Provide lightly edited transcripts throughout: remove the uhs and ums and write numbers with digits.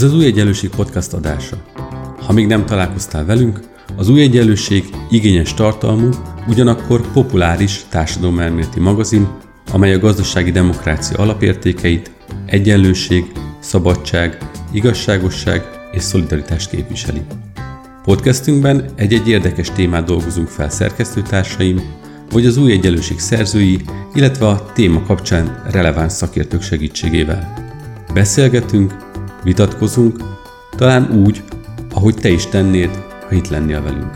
Ez az Új Egyenlőség podcast adása. Ha még nem találkoztál velünk, az Új Egyenlőség igényes tartalmú, ugyanakkor populáris társadalomelméleti magazin, amely a gazdasági demokrácia alapértékeit, egyenlőség, szabadság, igazságosság és szolidaritást képviseli. Podcastünkben egy-egy érdekes témát dolgozunk fel szerkesztőtársaim, vagy az Új Egyenlőség szerzői, illetve a téma kapcsán releváns szakértők segítségével. Beszélgetünk, vitatkozunk, talán úgy, ahogy te is tennéd, ha itt lennél velünk.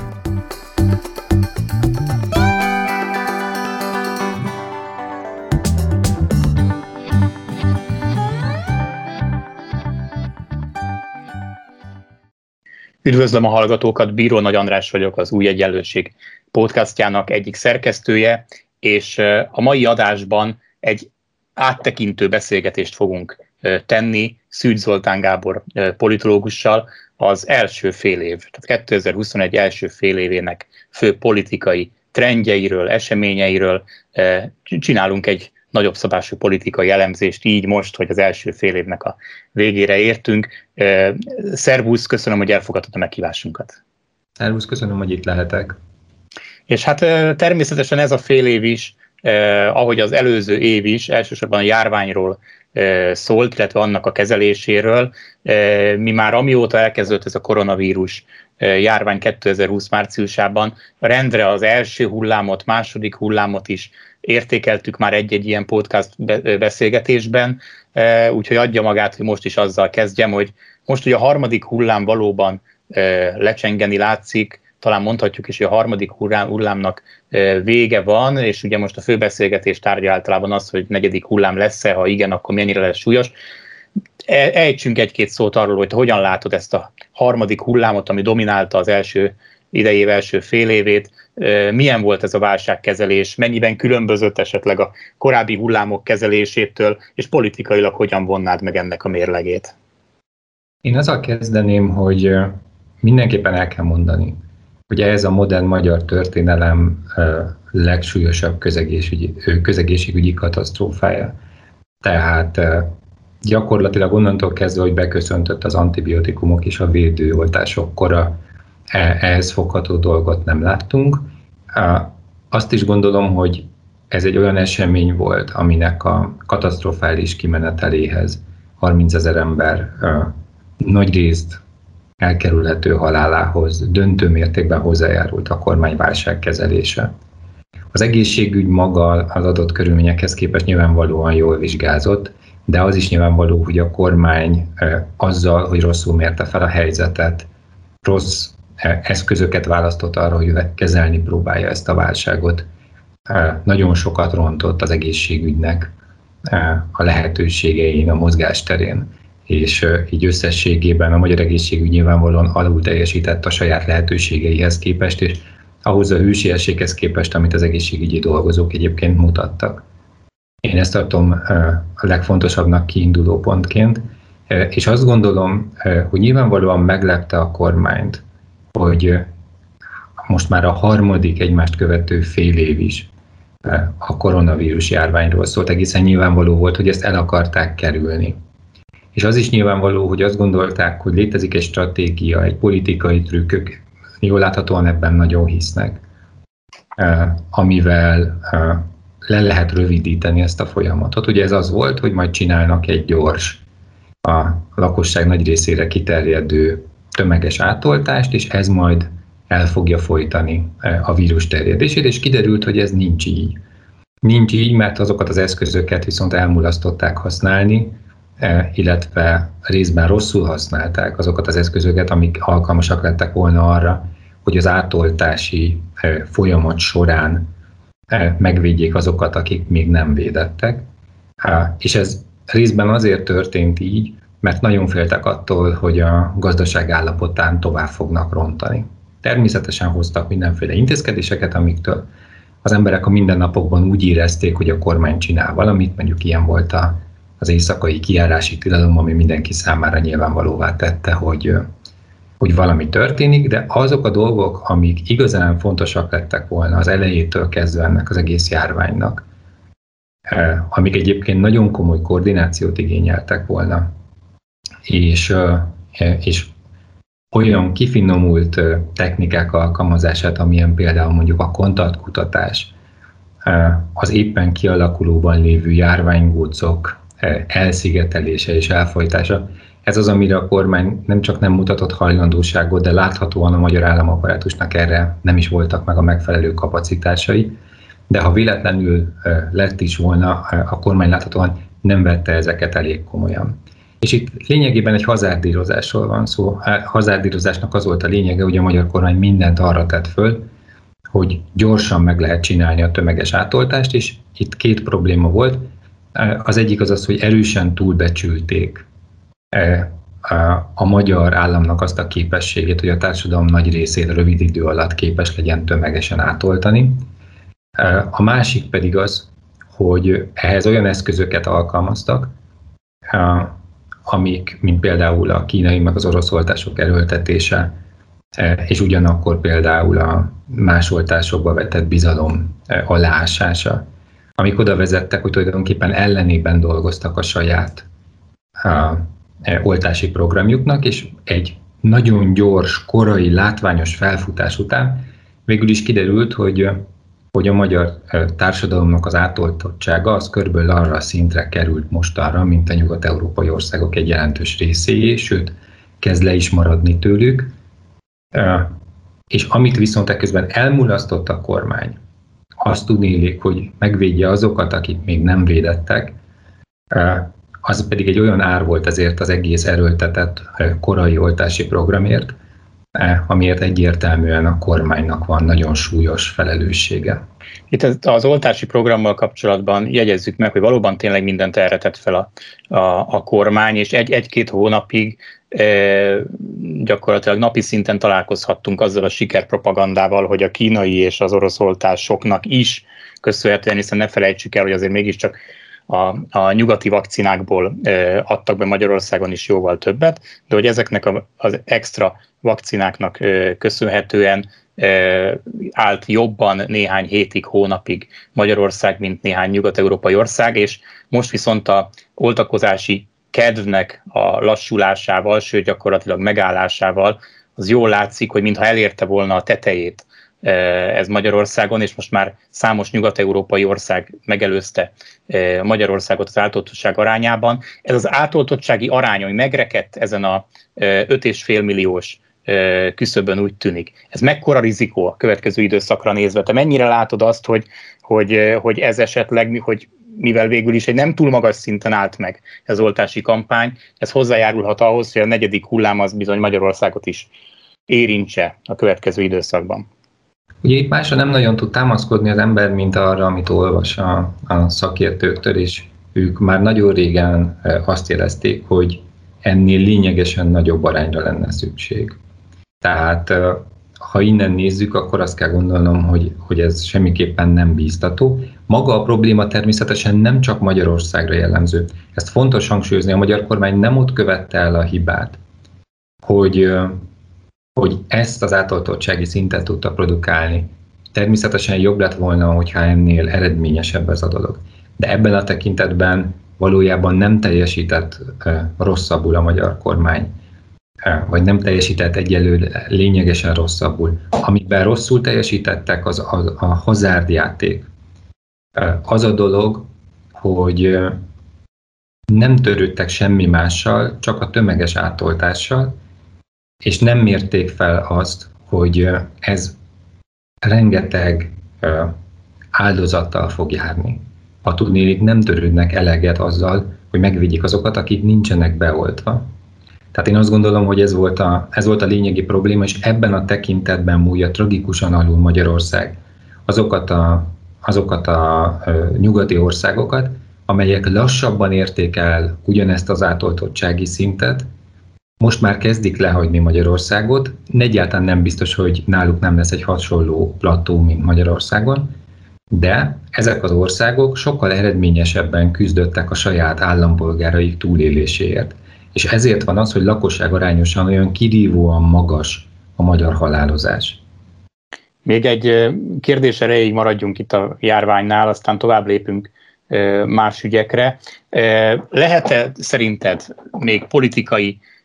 Üdvözlöm a hallgatókat, Bíró Nagy András vagyok, az Új Egyenlőség podcastjának egyik szerkesztője, és a mai adásban egy áttekintő beszélgetést fogunk tenni Szűcs Zoltán Gábor politológussal az első fél év, tehát 2021 első fél évének fő politikai trendjeiről, eseményeiről. Csinálunk egy nagyobb szabású politikai elemzést így most, hogy az első fél évnek a végére értünk. Szervusz, köszönöm, hogy elfogadtad a meghívásunkat. Szervusz, köszönöm, hogy itt lehetek. És hát természetesen ez a fél év is, ahogy az előző év is, elsősorban a járványról szólt, illetve annak a kezeléséről. Mi már amióta elkezdődött ez a koronavírus járvány 2020 márciusában, rendre az első hullámot, második hullámot is értékeltük már egy-egy ilyen podcast beszélgetésben, úgyhogy adja magát, hogy most is azzal kezdjem, hogy most, hogy a harmadik hullám valóban lecsengeni látszik, talán mondhatjuk is, hogy a harmadik hullámnak vége van, és ugye most a főbeszélgetés tárgya általában az, hogy negyedik hullám lesz-e, ha igen, akkor mennyire lesz súlyos. Ejtsünk egy-két szót arról, hogy hogyan látod ezt a harmadik hullámot, ami dominálta az idei első fél évét. Milyen volt ez a válságkezelés, mennyiben különbözött esetleg a korábbi hullámok kezelésétől, és politikailag hogyan vonnád meg ennek a mérlegét? Én azzal kezdeném, hogy mindenképpen el kell mondani, hogy ez a modern magyar történelem legsúlyosabb közegészségügyi katasztrófája. Tehát gyakorlatilag onnantól kezdve, hogy beköszöntött az antibiotikumok és a védőoltások kora, ehhez fogható dolgot nem láttunk. Azt is gondolom, hogy ez egy olyan esemény volt, aminek a katasztrofális kimeneteléhez 30 000 ember nagyrészt elkerülhető halálához döntő mértékben hozzájárult a kormány válságkezelése. Az egészségügy maga az adott körülményekhez képest nyilvánvalóan jól vizsgázott, de az is nyilvánvaló, hogy a kormány azzal, hogy rosszul mérte fel a helyzetet, rossz eszközöket választott arra, hogy kezelni próbálja ezt a válságot. Nagyon sokat rontott az egészségügynek a lehetőségein, a mozgásterén, és így összességében a magyar egészségügy nyilvánvalóan alul teljesített a saját lehetőségeihez képest, és ahhoz a hősiességhez képest, amit az egészségügyi dolgozók egyébként mutattak. Én ezt tartom a legfontosabbnak kiinduló pontként, és azt gondolom, hogy nyilvánvalóan meglepte a kormányt, hogy most már a harmadik egymást követő fél év is a koronavírus járványról szólt. Egészen nyilvánvaló volt, hogy ezt el akarták kerülni. És az is nyilvánvaló, hogy azt gondolták, hogy létezik egy stratégia, egy politikai trükkök, jól láthatóan ebben nagyon hisznek, amivel le lehet rövidíteni ezt a folyamatot. Ugye ez az volt, hogy majd csinálnak egy gyors, a lakosság nagy részére kiterjedő tömeges átoltást, és ez majd el fogja folytani a vírus terjedését, és kiderült, hogy ez nincs így. Nincs így, mert azokat az eszközöket viszont elmulasztották használni, illetve részben rosszul használták azokat az eszközöket, amik alkalmasak lettek volna arra, hogy az átoltási folyamat során megvédjék azokat, akik még nem védettek. És ez részben azért történt így, mert nagyon féltek attól, hogy a gazdaság állapotán tovább fognak rontani. Természetesen hoztak mindenféle intézkedéseket, amiktől az emberek a mindennapokban úgy érezték, hogy a kormány csinál valamit, mondjuk ilyen volt az éjszakai kijárási tilalom, ami mindenki számára nyilvánvalóvá tette, hogy valami történik, de azok a dolgok, amik igazán fontosak lettek volna az elejétől kezdve ennek az egész járványnak, amik egyébként nagyon komoly koordinációt igényeltek volna, és és olyan kifinomult technikák alkalmazását, amilyen például mondjuk a kontaktkutatás, az éppen kialakulóban lévő járványgócok elszigetelése és elfojtása. Ez az, amire a kormány nem csak nem mutatott hajlandóságot, de láthatóan a magyar államaparátusnak erre nem is voltak meg a megfelelő kapacitásai. De ha véletlenül lett is volna, a kormány láthatóan nem vette ezeket elég komolyan. És itt lényegében egy hazárdírozásról van szó. A hazárdírozásnak az volt a lényege, hogy a magyar kormány mindent arra tett föl, hogy gyorsan meg lehet csinálni a tömeges átoltást, és itt két probléma volt. Az egyik az, hogy erősen túlbecsülték a magyar államnak azt a képességét, hogy a társadalom nagy részét rövid idő alatt képes legyen tömegesen átoltani. A másik pedig az, hogy ehhez olyan eszközöket alkalmaztak, amik, mint például a kínai meg az orosz oltások erőltetése, és ugyanakkor például a más oltásokba vetett bizalom aláásása, amik oda vezettek, hogy tulajdonképpen ellenében dolgoztak a saját oltási programjuknak, és egy nagyon gyors, korai, látványos felfutás után végül is kiderült, hogy a magyar társadalomnak az átoltottsága az körülbelül arra a szintre került mostanra, mint a nyugat-európai országok egy jelentős részéé, sőt, kezd le is maradni tőlük. És amit viszont ekközben elmulasztott a kormány, azt tudnélik, hogy megvédje azokat, akik még nem védettek, az pedig egy olyan ár volt ezért az egész erőltetett korai oltási programért, amiért egyértelműen a kormánynak van nagyon súlyos felelőssége. Itt az oltási programmal kapcsolatban jegyezzük meg, hogy valóban tényleg mindent erre tett fel a kormány, és egy-két hónapig gyakorlatilag napi szinten találkozhattunk azzal a sikerpropagandával, hogy a kínai és az orosz oltásoknak is köszönhetően, hiszen ne felejtsük el, hogy azért mégiscsak a nyugati vakcinákból adtak be Magyarországon is jóval többet, de hogy ezeknek az extra vakcináknak köszönhetően állt jobban néhány hétig, hónapig Magyarország, mint néhány nyugat-európai ország, és most viszont a oltakozási kedvnek a lassulásával, sőt gyakorlatilag megállásával az jól látszik, hogy mintha elérte volna a tetejét ez Magyarországon, és most már számos nyugat-európai ország megelőzte Magyarországot az átoltottság arányában. Ez az átoltottsági arány, hogy megrekedt ezen a 5,5 milliós küszöbön, úgy tűnik. Ez mekkora rizikó a következő időszakra nézve? Te mennyire látod azt, hogy ez esetleg, hogy mivel végül is egy nem túl magas szinten állt meg ez oltási kampány, ez hozzájárulhat ahhoz, hogy a negyedik hullám az bizony Magyarországot is érintse a következő időszakban? Ugye itt másra nem nagyon tud támaszkodni az ember, mint arra, amit olvas a szakértőktől, és ők már nagyon régen azt jelezték, hogy ennél lényegesen nagyobb arányra lenne szükség. Tehát ha innen nézzük, akkor azt kell gondolnom, hogy ez semmiképpen nem bíztató. Maga a probléma természetesen nem csak Magyarországra jellemző. Ezt fontos hangsúlyozni, a magyar kormány nem ott követte el a hibát, hogy ezt az átoltottsági szintet tudta produkálni. Természetesen jobb lett volna, hogyha ennél eredményesebb ez a dolog. De ebben a tekintetben valójában nem teljesített rosszabbul a magyar kormány, vagy nem teljesített egyelőre lényegesen rosszabbul. Amiben rosszul teljesítettek, az a hazárdjáték. Az a dolog, hogy nem törődtek semmi mással, csak a tömeges átoltással, és nem mérték fel azt, hogy ez rengeteg áldozattal fog járni. Ha tudnélik, nem törődnek eleget azzal, hogy megvédjék azokat, akik nincsenek beoltva. Tehát én azt gondolom, hogy ez volt a lényegi probléma, és ebben a tekintetben múlja tragikusan alul Magyarország azokat a nyugati országokat, amelyek lassabban érték el ugyanezt az átoltottsági szintet, most már kezdik lehagyni Magyarországot, egyáltalán nem biztos, hogy náluk nem lesz egy hasonló plató, mint Magyarországon, de ezek az országok sokkal eredményesebben küzdöttek a saját állampolgáraik túléléséért. És ezért van az, hogy lakosságarányosan olyan kirívóan magas a magyar halálozás. Még egy kérdés erejéig maradjunk itt a járványnál, aztán tovább lépünk más ügyekre. Lehet-e szerinted még politikai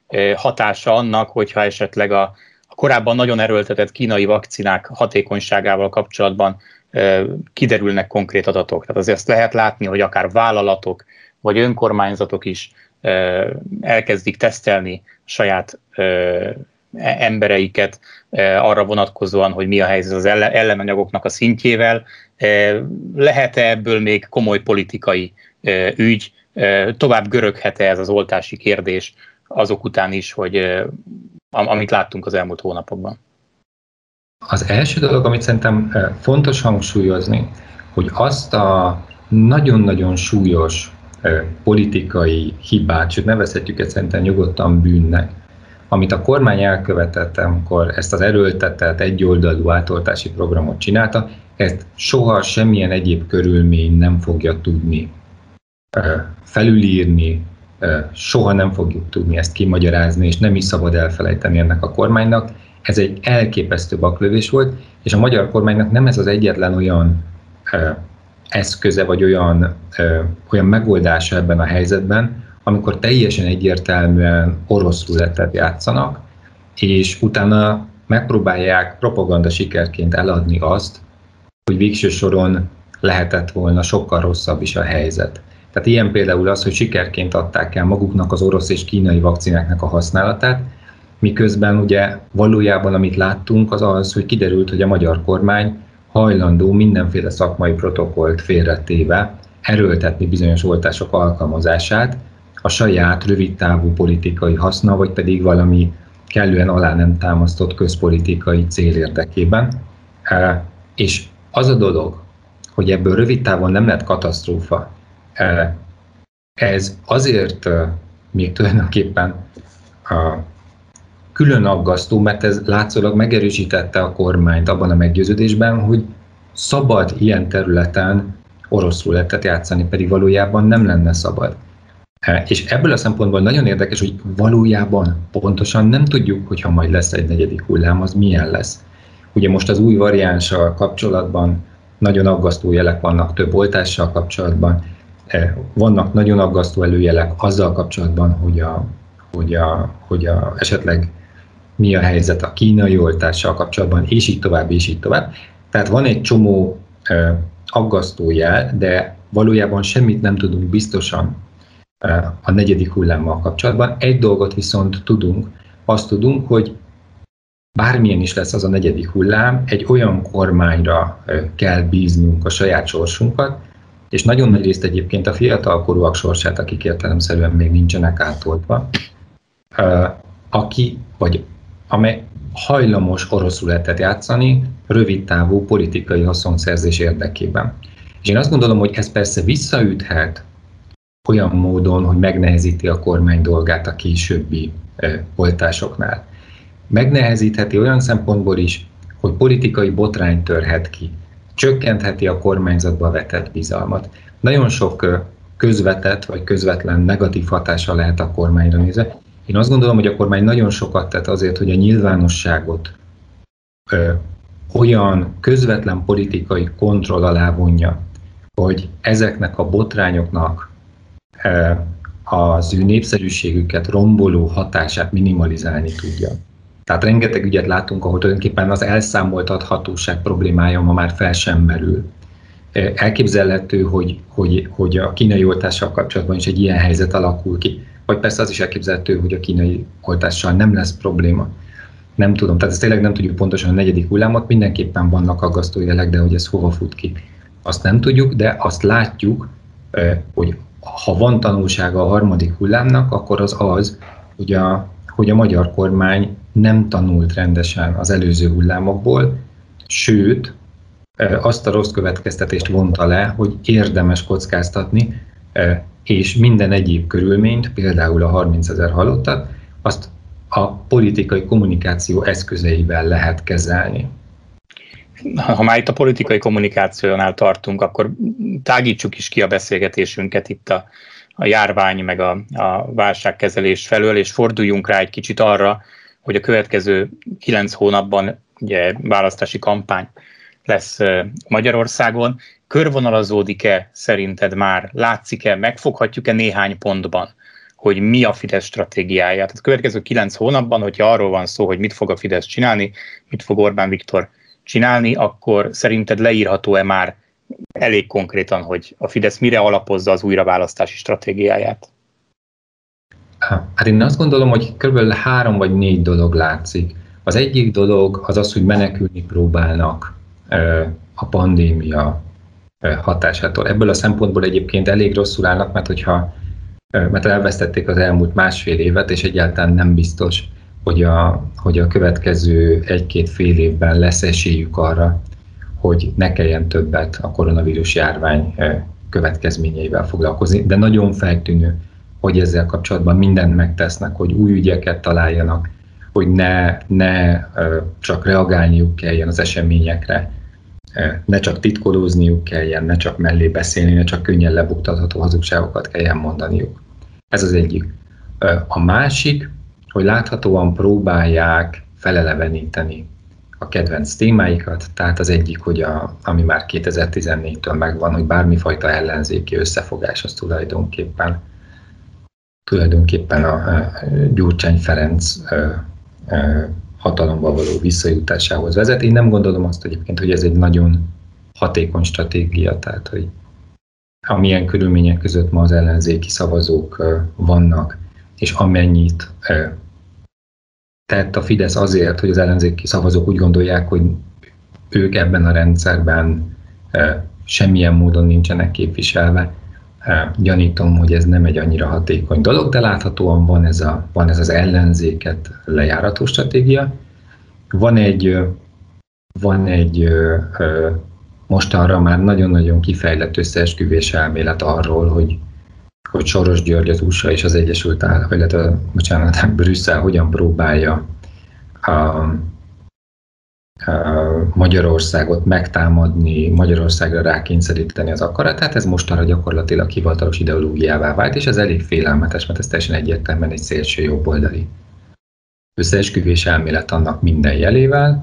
hatása annak, hogyha esetleg a korábban nagyon erőltetett kínai vakcinák hatékonyságával kapcsolatban kiderülnek konkrét adatok. Tehát azért ezt lehet látni, hogy akár vállalatok vagy önkormányzatok is elkezdik tesztelni saját embereiket arra vonatkozóan, hogy mi a helyzet az ellenanyagoknak a szintjével. Lehet-e ebből még komoly politikai ügy? Tovább göröghet-e ez az oltási kérdés azok után is, hogy amit láttunk az elmúlt hónapokban? Az első dolog, amit szerintem fontos hangsúlyozni, hogy azt a nagyon-nagyon súlyos politikai hibát, sőt nevezhetjük ezt szerintem nyugodtan bűnnek, amit a kormány elkövetett, amikor ezt az erőltetett egyoldalú átoltási programot csinálta, ezt soha semmilyen egyéb körülmény nem fogja tudni felülírni, soha nem fogjuk tudni ezt kimagyarázni, és nem is szabad elfelejteni ennek a kormánynak. Ez egy elképesztő baklövés volt, és a magyar kormánynak nem ez az egyetlen olyan eszköze, vagy olyan megoldása ebben a helyzetben, amikor teljesen egyértelműen orosz rulettet játszanak, és utána megpróbálják propaganda sikerként eladni azt, hogy végső soron lehetett volna sokkal rosszabb is a helyzet. Tehát ilyen például az, hogy sikerként adták el maguknak az orosz és kínai vakcináknak a használatát, miközben ugye valójában amit láttunk az az, hogy kiderült, hogy a magyar kormány hajlandó mindenféle szakmai protokollt félretéve erőltetni bizonyos oltások alkalmazását a saját rövidtávú politikai haszna, vagy pedig valami kellően alá nem támasztott közpolitikai cél érdekében. És az a dolog, hogy ebből rövid távon nem lett katasztrófa, ez azért még tulajdonképpen külön aggasztó, mert ez látszólag megerősítette a kormányt abban a meggyőződésben, hogy szabad ilyen területen orosz rulettet játszani, pedig valójában nem lenne szabad. És ebből a szempontból nagyon érdekes, hogy valójában pontosan nem tudjuk, hogyha majd lesz egy negyedik hullám, az milyen lesz. Ugye most az új variánssal kapcsolatban nagyon aggasztó jelek vannak több oltással kapcsolatban, vannak nagyon aggasztó előjelek azzal kapcsolatban, hogy esetleg mi a helyzet a kínai oltással kapcsolatban, és így tovább, és így tovább. Tehát van egy csomó aggasztó jel, de valójában semmit nem tudunk biztosan a negyedik hullámmal kapcsolatban. Egy dolgot viszont tudunk, azt tudunk, hogy bármilyen is lesz az a negyedik hullám, egy olyan kormányra kell bíznunk a saját sorsunkat, és nagyon nagy részt egyébként a fiatalkorúak sorsát, akik értelemszerűen még nincsenek átoltva, amely hajlamos orosz rulettet játszani rövidtávú politikai haszonszerzés érdekében. És én azt gondolom, hogy ez persze visszaüthet olyan módon, hogy megnehezíti a kormány dolgát a későbbi oltásoknál. Megnehezítheti olyan szempontból is, hogy politikai botrány törhet ki, csökkentheti a kormányzatba vetett bizalmat. Nagyon sok közvetett vagy közvetlen negatív hatása lehet a kormányra nézve. Én azt gondolom, hogy a kormány nagyon sokat tett azért, hogy a nyilvánosságot olyan közvetlen politikai kontroll alá vonja, hogy ezeknek a botrányoknak az ő népszerűségüket romboló hatását minimalizálni tudja. Tehát rengeteg ügyet látunk, ahol tulajdonképpen az elszámoltathatóság problémája ma már fel sem merül. Elképzelhető, hogy a kínai oltással kapcsolatban is egy ilyen helyzet alakul ki. Vagy persze az is elképzelhető, hogy a kínai oltással nem lesz probléma. Nem tudom, tehát ezt tényleg nem tudjuk pontosan a negyedik hullámot, mindenképpen vannak aggasztó jelek, de hogy ez hova fut ki, azt nem tudjuk, de azt látjuk, hogy ha van tanulsága a harmadik hullámnak, akkor az, hogy a magyar kormány nem tanult rendesen az előző hullámokból, sőt, azt a rossz következtetést vonta le, hogy érdemes kockáztatni, és minden egyéb körülményt, például a 30 000 halottat, azt a politikai kommunikáció eszközeivel lehet kezelni. Ha már itt a politikai kommunikációnál tartunk, akkor tágítsuk is ki a beszélgetésünket itt a járvány meg a válságkezelés felől, és forduljunk rá egy kicsit arra, hogy a következő 9 hónapban ugye választási kampány lesz Magyarországon. Körvonalazódik-e szerinted már, látszik-e, megfoghatjuk-e néhány pontban, hogy mi a Fidesz stratégiája. Tehát a következő 9 hónapban, hogyha arról van szó, hogy mit fog a Fidesz csinálni, mit fog Orbán Viktor csinálni, akkor szerinted leírható-e már elég konkrétan, hogy a Fidesz mire alapozza az újraválasztási stratégiáját? Hát én azt gondolom, hogy kb. 3 vagy 4 dolog látszik. Az egyik dolog az, hogy menekülni próbálnak a pandémia hatásától. Ebből a szempontból egyébként elég rosszul állnak, mert elvesztették az elmúlt másfél évet, és egyáltalán nem biztos, hogy a következő 1-2 fél évben lesz esélyük arra, hogy ne kelljen többet a koronavírus járvány következményeivel foglalkozni, de nagyon feltűnő, hogy ezzel kapcsolatban mindent megtesznek, hogy új ügyeket találjanak, hogy ne csak reagálniuk kelljen az eseményekre, ne csak titkolózniuk kelljen, ne csak mellé beszélni, ne csak könnyen lebuktatható hazugságokat kelljen mondaniuk. Ez az egyik. A másik, hogy láthatóan próbálják feleleveníteni a kedvenc témáikat, tehát az egyik, hogy ami már 2014-től megvan, hogy bármifajta ellenzéki összefogás az tulajdonképpen a Gyurcsány Ferenc hatalomba való visszajutásához vezet. Én nem gondolom azt egyébként, hogy ez egy nagyon hatékony stratégia, tehát hogy amilyen körülmények között ma az ellenzéki szavazók vannak, és amennyit tett a Fidesz azért, hogy az ellenzéki szavazók úgy gondolják, hogy ők ebben a rendszerben semmilyen módon nincsenek képviselve. Gyanítom, hogy ez nem egy annyira hatékony dolog, de láthatóan van ez az ellenzéket lejárató stratégia. Van egy mostanra már nagyon-nagyon kifejlett összeesküvés elmélet arról, hogy Soros György, az USA és az Egyesült Államok, illetve Brüsszel hogyan próbálja Magyarországot megtámadni, Magyarországra rákényszeríteni az akaratát. Ez mostanra gyakorlatilag hivatalos ideológiává vált, és ez elég félelmetes, mert ez teljesen egyértelműen egy szélső jobboldali összeesküvés elmélet annak minden jelével.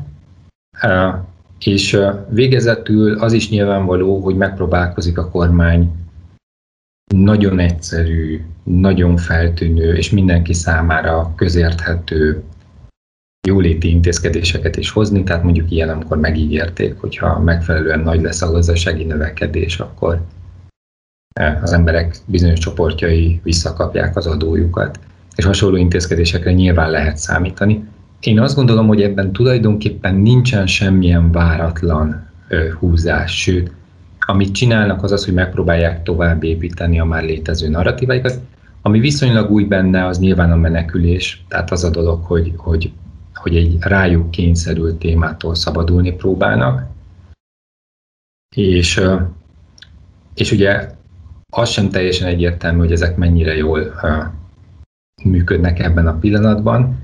És végezetül az is nyilvánvaló, hogy megpróbálkozik a kormány nagyon egyszerű, nagyon feltűnő és mindenki számára közérthető jóléti intézkedéseket is hozni, tehát mondjuk ilyen, amikor megígérték, hogyha megfelelően nagy lesz a gazdasági növekedés, akkor az emberek bizonyos csoportjai visszakapják az adójukat, és hasonló intézkedésekre nyilván lehet számítani. Én azt gondolom, hogy ebben tulajdonképpen nincsen semmilyen váratlan húzás, sőt, amit csinálnak az, hogy megpróbálják tovább építeni a már létező narratíváikat. Ami viszonylag új benne, az nyilván a menekülés, tehát az a dolog, hogy egy rájuk kényszerült témától szabadulni próbálnak. És ugye az sem teljesen egyértelmű, hogy ezek mennyire jól működnek ebben a pillanatban.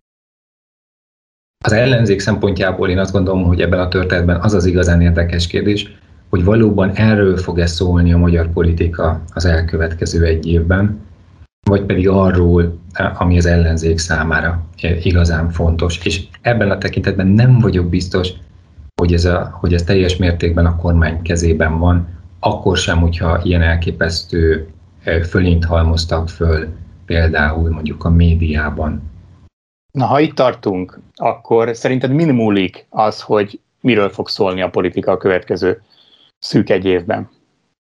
Az ellenzék szempontjából én azt gondolom, hogy ebben a történetben az az igazán érdekes kérdés, hogy valóban erről fog-e szólni a magyar politika az elkövetkező 1 évben, vagy pedig arról, ami az ellenzék számára igazán fontos. És ebben a tekintetben nem vagyok biztos, hogy ez teljes mértékben a kormány kezében van, akkor sem, hogyha ilyen elképesztő fölényt halmoztak föl, például mondjuk a médiában. Na, ha itt tartunk, akkor szerinted min múlik az, hogy miről fog szólni a politika a következő szűk 1 évben?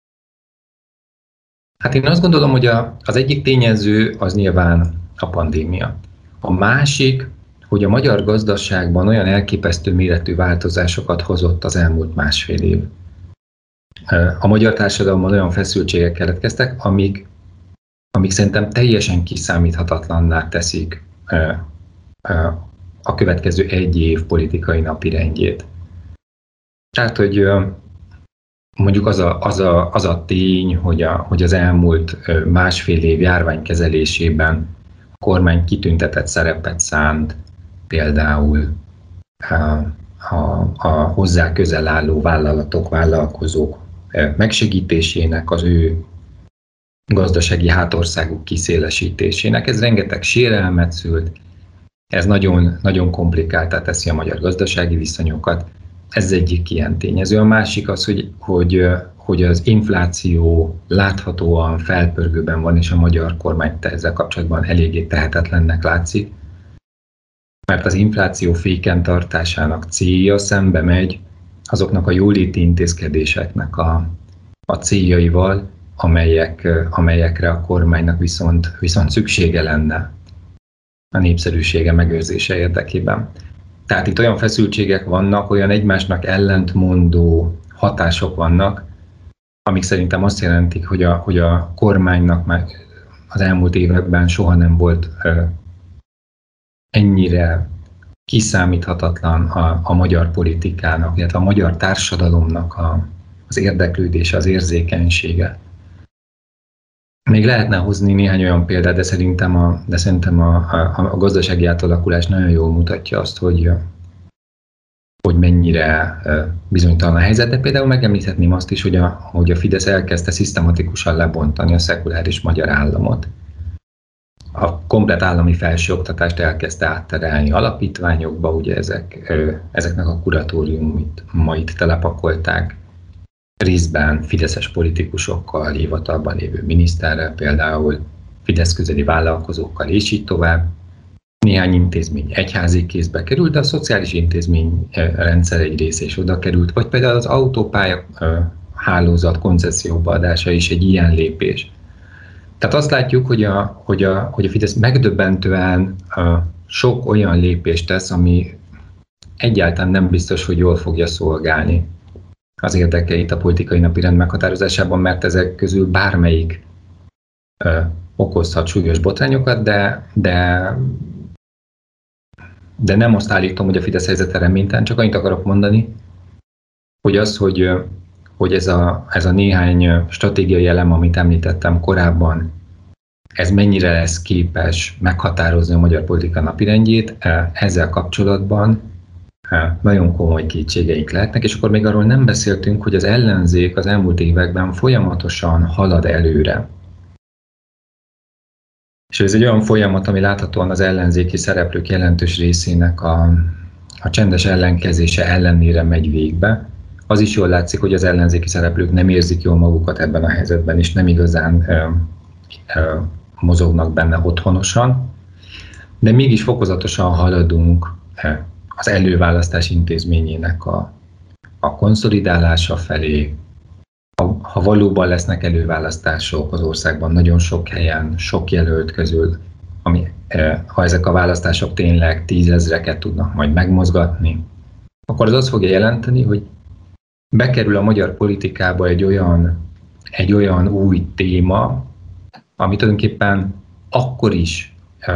Hát én azt gondolom, hogy az egyik tényező az nyilván a pandémia. A másik, hogy a magyar gazdaságban olyan elképesztő méretű változásokat hozott az elmúlt másfél év. A magyar társadalomban olyan feszültségek keletkeztek, amik szerintem teljesen kiszámíthatatlanná teszik a következő 1 év politikai napirendjét. Tehát, hogy mondjuk az a tény, hogy az elmúlt másfél év járványkezelésében a kormány kitüntetett szerepet szánt például a hozzá közel álló vállalatok, vállalkozók megsegítésének, az ő gazdasági hátországuk kiszélesítésének. Ez rengeteg sérelmet szült, ez nagyon, nagyon komplikáltá teszi a magyar gazdasági viszonyokat. Ez egyik ilyen tényező. A másik az, hogy hogy az infláció láthatóan felpörgőben van, és a magyar kormány ezzel kapcsolatban eléggé tehetetlennek látszik, mert az infláció féken tartásának célja szembe megy azoknak a jóléti intézkedéseknek a céljaival, amelyekre a kormánynak viszont szüksége lenne a népszerűsége megőrzése érdekében. Tehát itt olyan feszültségek vannak, olyan egymásnak ellentmondó hatások vannak, amik szerintem azt jelentik, hogy a kormánynak már az elmúlt években soha nem volt ennyire kiszámíthatatlan a magyar politikának, illetve a magyar társadalomnak az érdeklődése, az érzékenysége. Még lehetne hozni néhány olyan példát, de szerintem a gazdasági átalakulás nagyon jól mutatja azt, hogy mennyire bizonytalan a helyzet, de például megemlíthetném azt is, hogy a Fidesz elkezdte szisztematikusan lebontani a szekuláris magyar államot. A komplett állami felsőoktatást elkezdte átterelni alapítványokba, ugye ezeknek a kuratóriumait telepakolták, részben fideszes politikusokkal, hivatalban lévő miniszterrel, például Fidesz közeli vállalkozókkal, és így tovább. Néhány intézmény egyházi kézbe került, de a szociális intézményrendszer egy része is oda került, vagy például az autópálya hálózat koncesszióba adása is egy ilyen lépés. Tehát azt látjuk, hogy a Fidesz megdöbbentően sok olyan lépést tesz, ami egyáltalán nem biztos, hogy jól fogja szolgálni az érdekeit a politikai napirend meghatározásában, mert ezek közül bármelyik okozhat súlyos botrányokat, de nem azt állítom, hogy a Fidesz helyzete reménytelen, csak annyit akarok mondani, hogy ez a néhány stratégiai elem, amit említettem korábban, ez mennyire lesz képes meghatározni a magyar politika napirendjét, ezzel kapcsolatban nagyon komoly kétségeink lehetnek, és akkor még arról nem beszéltünk, hogy az ellenzék az elmúlt években folyamatosan halad előre. És ez egy olyan folyamat, ami láthatóan az ellenzéki szereplők jelentős részének a csendes ellenkezése ellenére megy végbe. Az is jól látszik, hogy az ellenzéki szereplők nem érzik jól magukat ebben a helyzetben, és nem igazán mozognak benne otthonosan, de mégis fokozatosan haladunk az előválasztás intézményének a konszolidálása felé. Ha valóban lesznek előválasztások az országban nagyon sok helyen, sok jelölt közül, ha ezek a választások tényleg 10 000-eket tudnak majd megmozgatni, akkor az azt fogja jelenteni, hogy bekerül a magyar politikába egy olyan új téma, ami tulajdonképpen akkor is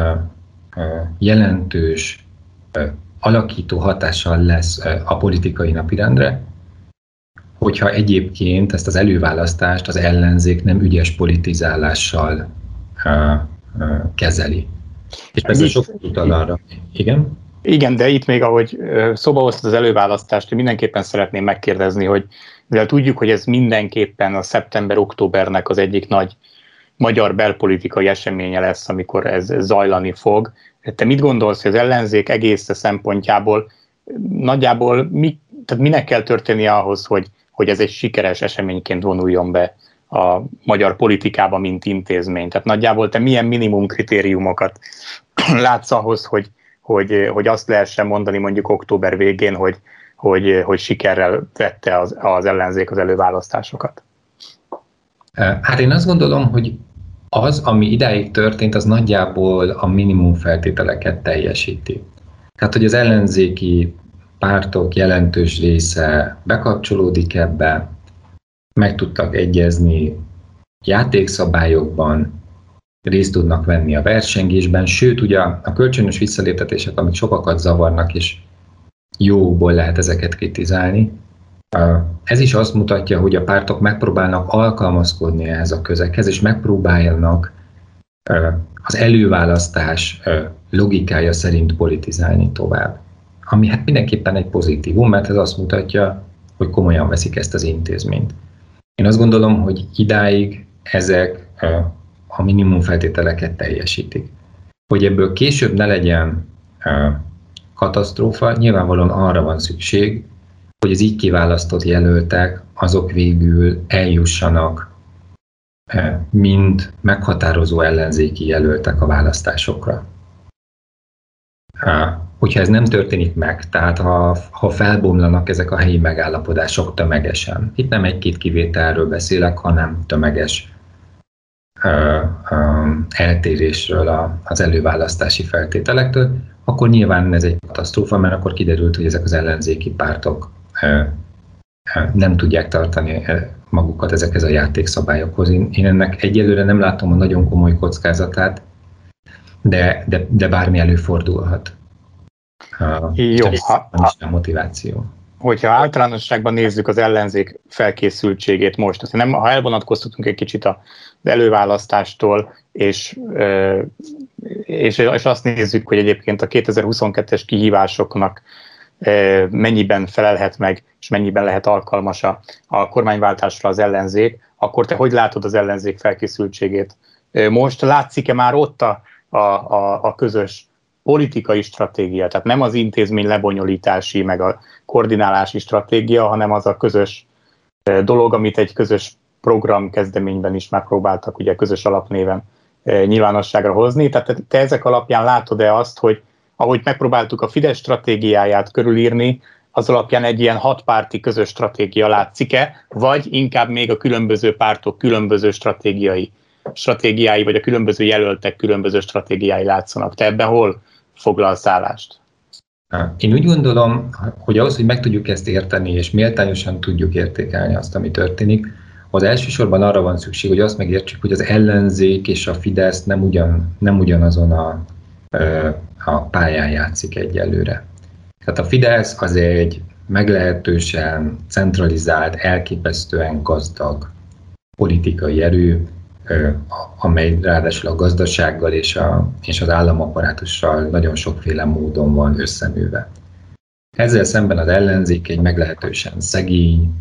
jelentős alakító hatással lesz a politikai napirendre, hogyha egyébként ezt az előválasztást az ellenzék nem ügyes politizálással kezeli. És persze sok utal arra. Igen? Igen, de itt még ahogy szóba hoztad az előválasztást, mindenképpen szeretném megkérdezni, hogy mivel tudjuk, hogy ez mindenképpen a szeptember-októbernek az egyik nagy magyar belpolitikai eseménye lesz, amikor ez zajlani fog. Te mit gondolsz, hogy az ellenzék egész szempontjából nagyjából minek kell történnie ahhoz, hogy ez egy sikeres eseményként vonuljon be a magyar politikába, mint intézmény? Tehát nagyjából te milyen minimum kritériumokat látsz ahhoz, hogy azt lehessen mondani mondjuk október végén, hogy sikerrel vette az ellenzék az előválasztásokat? Hát én azt gondolom, hogy az, ami idáig történt, az nagyjából a minimum feltételeket teljesíti. Tehát, hogy az ellenzéki pártok jelentős része bekapcsolódik ebbe, meg tudtak egyezni játékszabályokban, részt tudnak venni a versengésben, sőt, ugye a kölcsönös visszaléptetések, amik sokakat zavarnak, és jóból lehet ezeket kritizálni, ez is azt mutatja, hogy a pártok megpróbálnak alkalmazkodni ehhez a közeghez, és megpróbálnak az előválasztás logikája szerint politizálni tovább. Ami hát mindenképpen egy pozitívum, mert ez azt mutatja, hogy komolyan veszik ezt az intézményt. Én azt gondolom, hogy idáig ezek a minimum feltételeket teljesítik. Hogy ebből később ne legyen katasztrófa, nyilvánvalóan arra van szükség, hogy az így kiválasztott jelöltek azok végül eljussanak mind meghatározó ellenzéki jelöltek a választásokra. Hogyha ez nem történik meg, tehát ha felbomlanak ezek a helyi megállapodások tömegesen, itt nem egy-két kivételről beszélek, hanem tömeges eltérésről az előválasztási feltételektől, akkor nyilván ez egy katasztrófa, mert akkor kiderült, hogy ezek az ellenzéki pártok nem tudják tartani magukat ezekhez a játékszabályokhoz. Én ennek egyelőre nem látom a nagyon komoly kockázatát, de bármi előfordulhat. Jó, a motiváció. Hogyha általánosságban nézzük az ellenzék felkészültségét most, ha elvonatkoztatunk egy kicsit az előválasztástól, és azt nézzük, hogy egyébként a 2022-es kihívásoknak mennyiben felelhet meg, és mennyiben lehet alkalmas a kormányváltásra az ellenzék, akkor te hogy látod az ellenzék felkészültségét? Most látszik-e már ott a közös politikai stratégia, tehát nem az intézmény lebonyolítási, meg a koordinálási stratégia, hanem az a közös dolog, amit egy közös program kezdeményben is megpróbáltak ugye közös alapnéven nyilvánosságra hozni. Tehát te ezek alapján látod-e azt, hogy ahogy megpróbáltuk a Fidesz stratégiáját körülírni, az alapján egy ilyen hatpárti közös stratégia látszik-e, vagy inkább még a különböző pártok különböző stratégiái, vagy a különböző jelöltek különböző stratégiái látszanak? Te ebben hol foglalsz állást? Én úgy gondolom, hogy ahhoz, hogy meg tudjuk ezt érteni, és méltányosan tudjuk értékelni azt, ami történik, az elsősorban arra van szükség, hogy azt megértsük, hogy az ellenzék és a Fidesz nem ugyanazon a pályán játszik egyelőre. Tehát a Fidesz az egy meglehetősen centralizált, elképesztően gazdag politikai erő, amely ráadásul a gazdasággal és az államaparátussal nagyon sokféle módon van összenőve. Ezzel szemben az ellenzék egy meglehetősen szegény,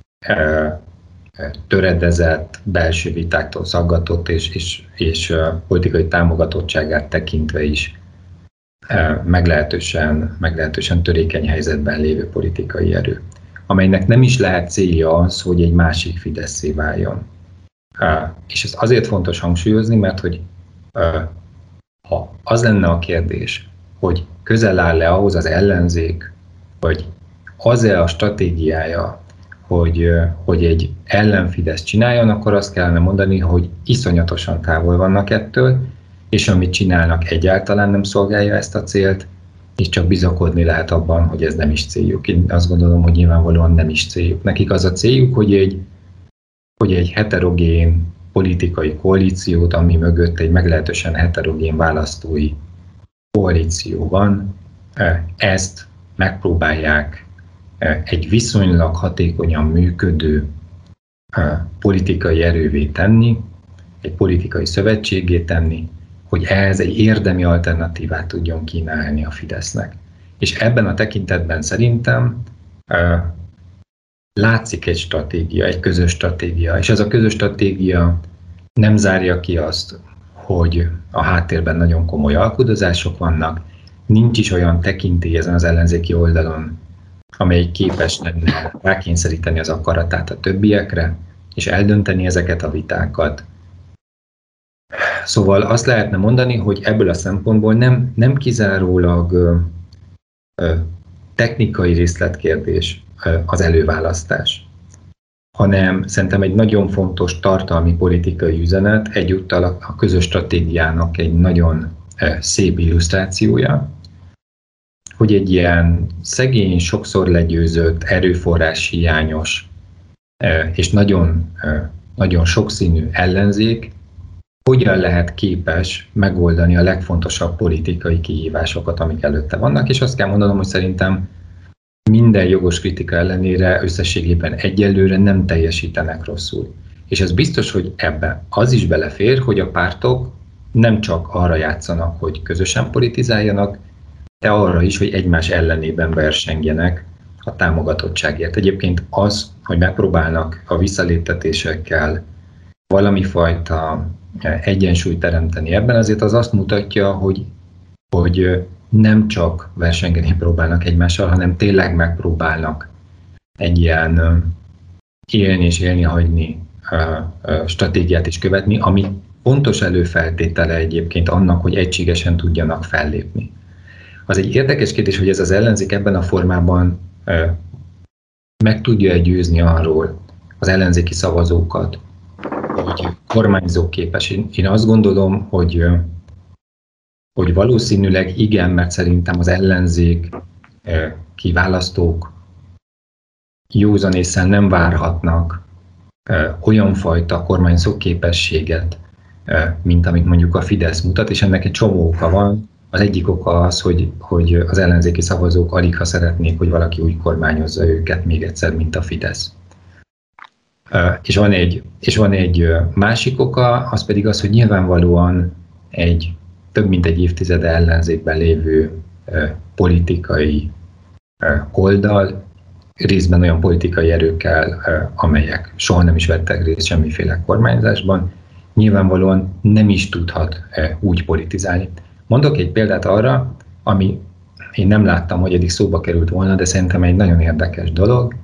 töredezett, belső vitáktól szaggatott és politikai támogatottságát tekintve is meglehetősen törékeny helyzetben lévő politikai erő, amelynek nem is lehet célja az, hogy egy másik Fidesszé váljon. És ez azért fontos hangsúlyozni, mert hogy ha az lenne a kérdés, hogy közel áll-e ahhoz az ellenzék, vagy az-e a stratégiája, hogy egy ellenfidesz csináljon, akkor azt kellene mondani, hogy iszonyatosan távol vannak ettől, és amit csinálnak egyáltalán nem szolgálja ezt a célt, és csak bizakodni lehet abban, hogy ez nem is céljuk. Én azt gondolom, hogy nyilvánvalóan nem is céljuk. Nekik az a céljuk, hogy egy heterogén politikai koalíciót, ami mögött egy meglehetősen heterogén választói koalíció van, ezt megpróbálják egy viszonylag hatékonyan működő politikai erővé tenni, egy politikai szövetségé tenni, hogy ehhez egy érdemi alternatívát tudjon kínálni a Fidesznek. És ebben a tekintetben szerintem látszik egy stratégia, egy közös stratégia, és ez a közös stratégia nem zárja ki azt, hogy a háttérben nagyon komoly alkudozások vannak, nincs is olyan tekintély ezen az ellenzéki oldalon, amely képes lenne rákényszeríteni az akaratát a többiekre, és eldönteni ezeket a vitákat. Szóval azt lehetne mondani, hogy ebből a szempontból nem kizárólag technikai részletkérdés az előválasztás, hanem szerintem egy nagyon fontos tartalmi politikai üzenet, egyúttal a közös stratégiának egy nagyon szép illusztrációja, hogy egy ilyen szegény, sokszor legyőzött, erőforrás hiányos és nagyon sokszínű ellenzék hogyan lehet képes megoldani a legfontosabb politikai kihívásokat, amik előtte vannak, és azt kell mondanom, hogy szerintem minden jogos kritika ellenére összességében egyelőre nem teljesítenek rosszul. És ez biztos, hogy ebbe az is belefér, hogy a pártok nem csak arra játszanak, hogy közösen politizáljanak, de arra is, hogy egymás ellenében versengjenek a támogatottságért. Egyébként az, hogy megpróbálnak a visszaléptetésekkel valami fajta egyensúlyt teremteni ebben, azért az azt mutatja, hogy nem csak versengeni próbálnak egymással, hanem tényleg megpróbálnak egy ilyen élni és élni hagyni stratégiát is követni, ami fontos előfeltétele egyébként annak, hogy egységesen tudjanak fellépni. Az egy érdekes kérdés, hogy ez az ellenzék ebben a formában meg tudja győzni arról az ellenzéki szavazókat, hogy kormányzóképes. Én azt gondolom, hogy valószínűleg igen, mert szerintem az ellenzék kiválasztók józan ésszel nem várhatnak olyan fajta kormányzó képességet, mint amit mondjuk a Fidesz mutat, és ennek egy csomó oka van. Az egyik oka az, hogy az ellenzéki szavazók aligha szeretnék, hogy valaki úgy kormányozza őket még egyszer, mint a Fidesz. És van egy másik oka, az pedig az, hogy nyilvánvalóan egy több mint egy évtizede ellenzékben lévő politikai oldal, részben olyan politikai erőkkel, amelyek soha nem is vettek részt semmiféle kormányzásban, nyilvánvalóan nem is tudhat úgy politizálni. Mondok egy példát arra, ami én nem láttam, hogy eddig szóba került volna, de szerintem egy nagyon érdekes dolog.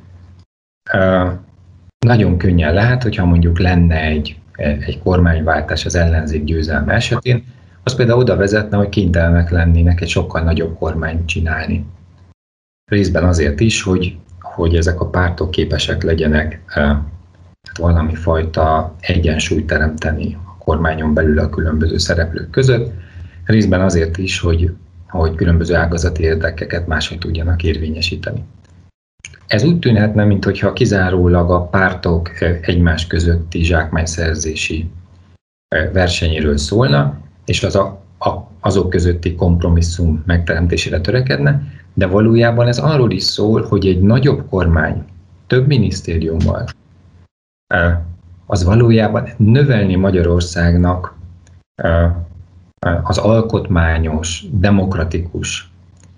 Nagyon könnyen lehet, hogyha mondjuk lenne egy kormányváltás az ellenzék győzelme esetén, az például oda vezetne, hogy kénytelenek lennének egy sokkal nagyobb kormányt csinálni. Részben azért is, hogy ezek a pártok képesek legyenek valami fajta egyensúlyt teremteni a kormányon belül a különböző szereplők között, részben azért is, hogy különböző ágazati érdekeket máshogy tudjanak érvényesíteni. Ez úgy tűnhetne, mintha kizárólag a pártok egymás közötti zsákmányszerzési versenyéről szólna, és azok közötti kompromisszum megteremtésére törekedne, de valójában ez arról is szól, hogy egy nagyobb kormány, több minisztériummal, az valójában növelni Magyarországnak az alkotmányos, demokratikus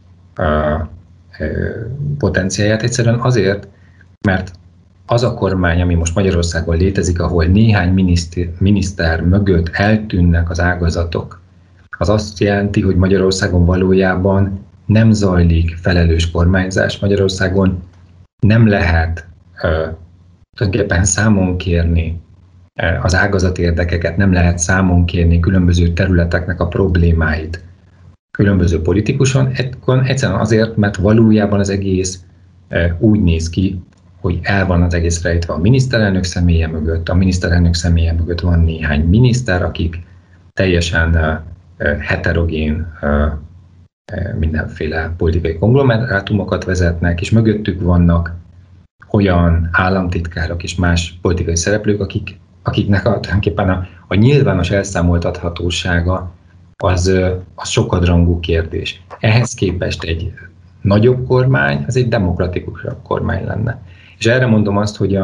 potenciáját, egyszerűen azért, mert az a kormány, ami most Magyarországon létezik, ahol néhány miniszter mögött eltűnnek az ágazatok, az azt jelenti, hogy Magyarországon valójában nem zajlik felelős kormányzás. Magyarországon nem lehet tulajdonképpen számon kérni az ágazati érdekeket, nem lehet számon kérni különböző területeknek a problémáit különböző politikuson, egyszerűen azért, mert valójában az egész úgy néz ki, hogy el van az egész rejtve a miniszterelnök személye mögött, a miniszterelnök személye mögött van néhány miniszter, akik teljesen heterogén mindenféle politikai konglomerátumokat vezetnek, és mögöttük vannak olyan államtitkárok és más politikai szereplők, akiknek tulajdonképpen a nyilvános elszámoltathatósága az sokadrangú kérdés. Ehhez képest egy nagyobb kormány, az egy demokratikusabb kormány lenne. És erre mondom azt, hogy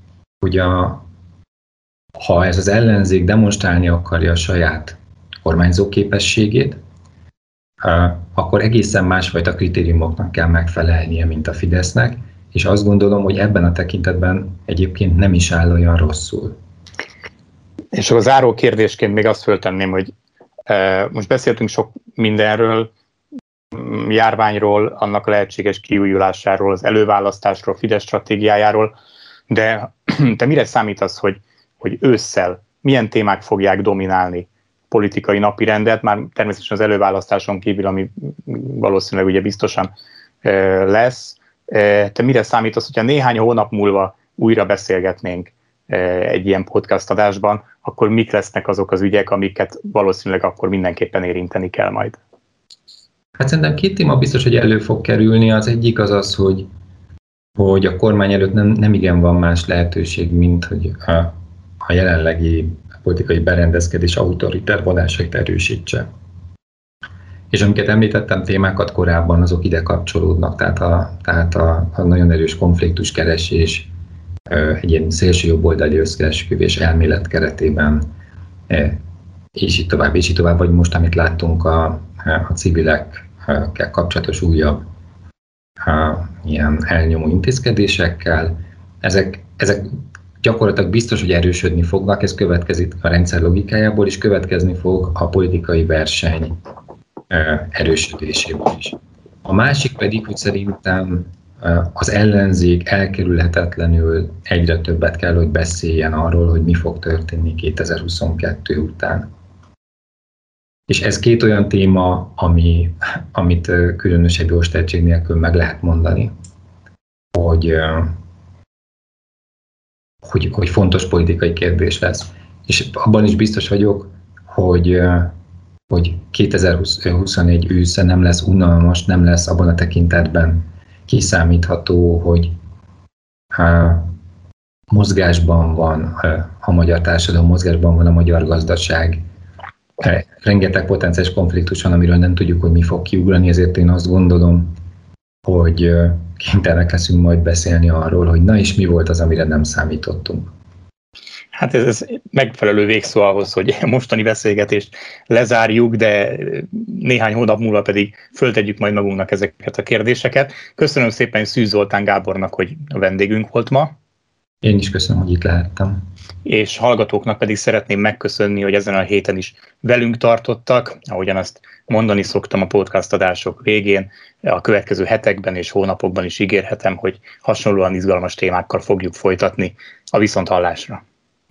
ha ez az ellenzék demonstrálni akarja a saját kormányzó képességét, akkor egészen másfajta kritériumoknak kell megfelelnie, mint a Fidesznek, és azt gondolom, hogy ebben a tekintetben egyébként nem is áll olyan rosszul. És a záró kérdésként még azt föltenném, hogy most beszéltünk sok mindenről, járványról, annak lehetséges kiújulásáról, az előválasztásról, Fidesz stratégiájáról, de te mire számítasz, hogy ősszel milyen témák fogják dominálni politikai napirendet, már természetesen az előválasztáson kívül, ami valószínűleg ugye biztosan lesz. Te mire számítasz, hogyha néhány hónap múlva újra beszélgetnénk egy ilyen podcast adásban, akkor mik lesznek azok az ügyek, amiket valószínűleg akkor mindenképpen érinteni kell majd? Hát szerintem két téma biztos, hogy elő fog kerülni. Az egyik az, hogy a kormány előtt nem igen van más lehetőség, mint hogy a jelenlegi politikai berendezkedés autoriter vonásait erősítse. És amiket említettem témákat korábban, azok ide kapcsolódnak, tehát a nagyon erős konfliktuskeresés, egy ilyen szélső jobboldali összeesküvés elmélet keretében, és így tovább, vagy most, amit láttunk a civilekkel kapcsolatos újabb ilyen elnyomó intézkedésekkel, ezek gyakorlatilag biztos, hogy erősödni fognak, ez következik a rendszer logikájából, és következni fog a politikai verseny erősödéséből is. A másik pedig, hogy szerintem az ellenzék elkerülhetetlenül egyre többet kell, hogy beszéljen arról, hogy mi fog történni 2022 után. És ez két olyan téma, amit különösebb jóstegység nélkül meg lehet mondani, hogy fontos politikai kérdés lesz. És abban is biztos vagyok, hogy 2021 ősze nem lesz unalmas, nem lesz abban a tekintetben kiszámítható, hogy mozgásban van a magyar társadalom, mozgásban van a magyar gazdaság. Rengeteg potenciális konfliktus van, amiről nem tudjuk, hogy mi fog kiugrani, ezért én azt gondolom, hogy kénytelenek leszünk majd beszélni arról, hogy na és mi volt az, amire nem számítottunk. Hát ez megfelelő végszó ahhoz, hogy mostani beszélgetést lezárjuk, de néhány hónap múlva pedig föltegyük majd magunknak ezeket a kérdéseket. Köszönöm szépen Szűz Zoltán Gábornak, hogy a vendégünk volt ma. Én is köszönöm, hogy itt lehettem. És hallgatóknak pedig szeretném megköszönni, hogy ezen a héten is velünk tartottak, ahogyan azt mondani szoktam a podcast adások végén. A következő hetekben és hónapokban is ígérhetem, hogy hasonlóan izgalmas témákkal fogjuk folytatni. A viszonthallásra!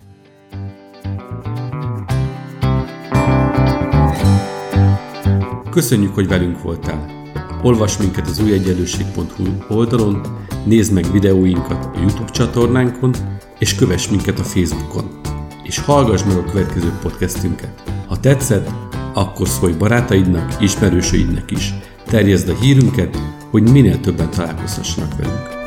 Köszönjük, hogy velünk voltál! Olvasd minket az újegyenlőség.hu oldalon, nézd meg videóinkat a YouTube csatornánkon, és kövess minket a Facebookon. És hallgass meg a következő podcastünket. Ha tetszett, akkor szólj barátaidnak, ismerősöidnek is. Terjeszd a hírünket, hogy minél többen találkozhassanak velünk.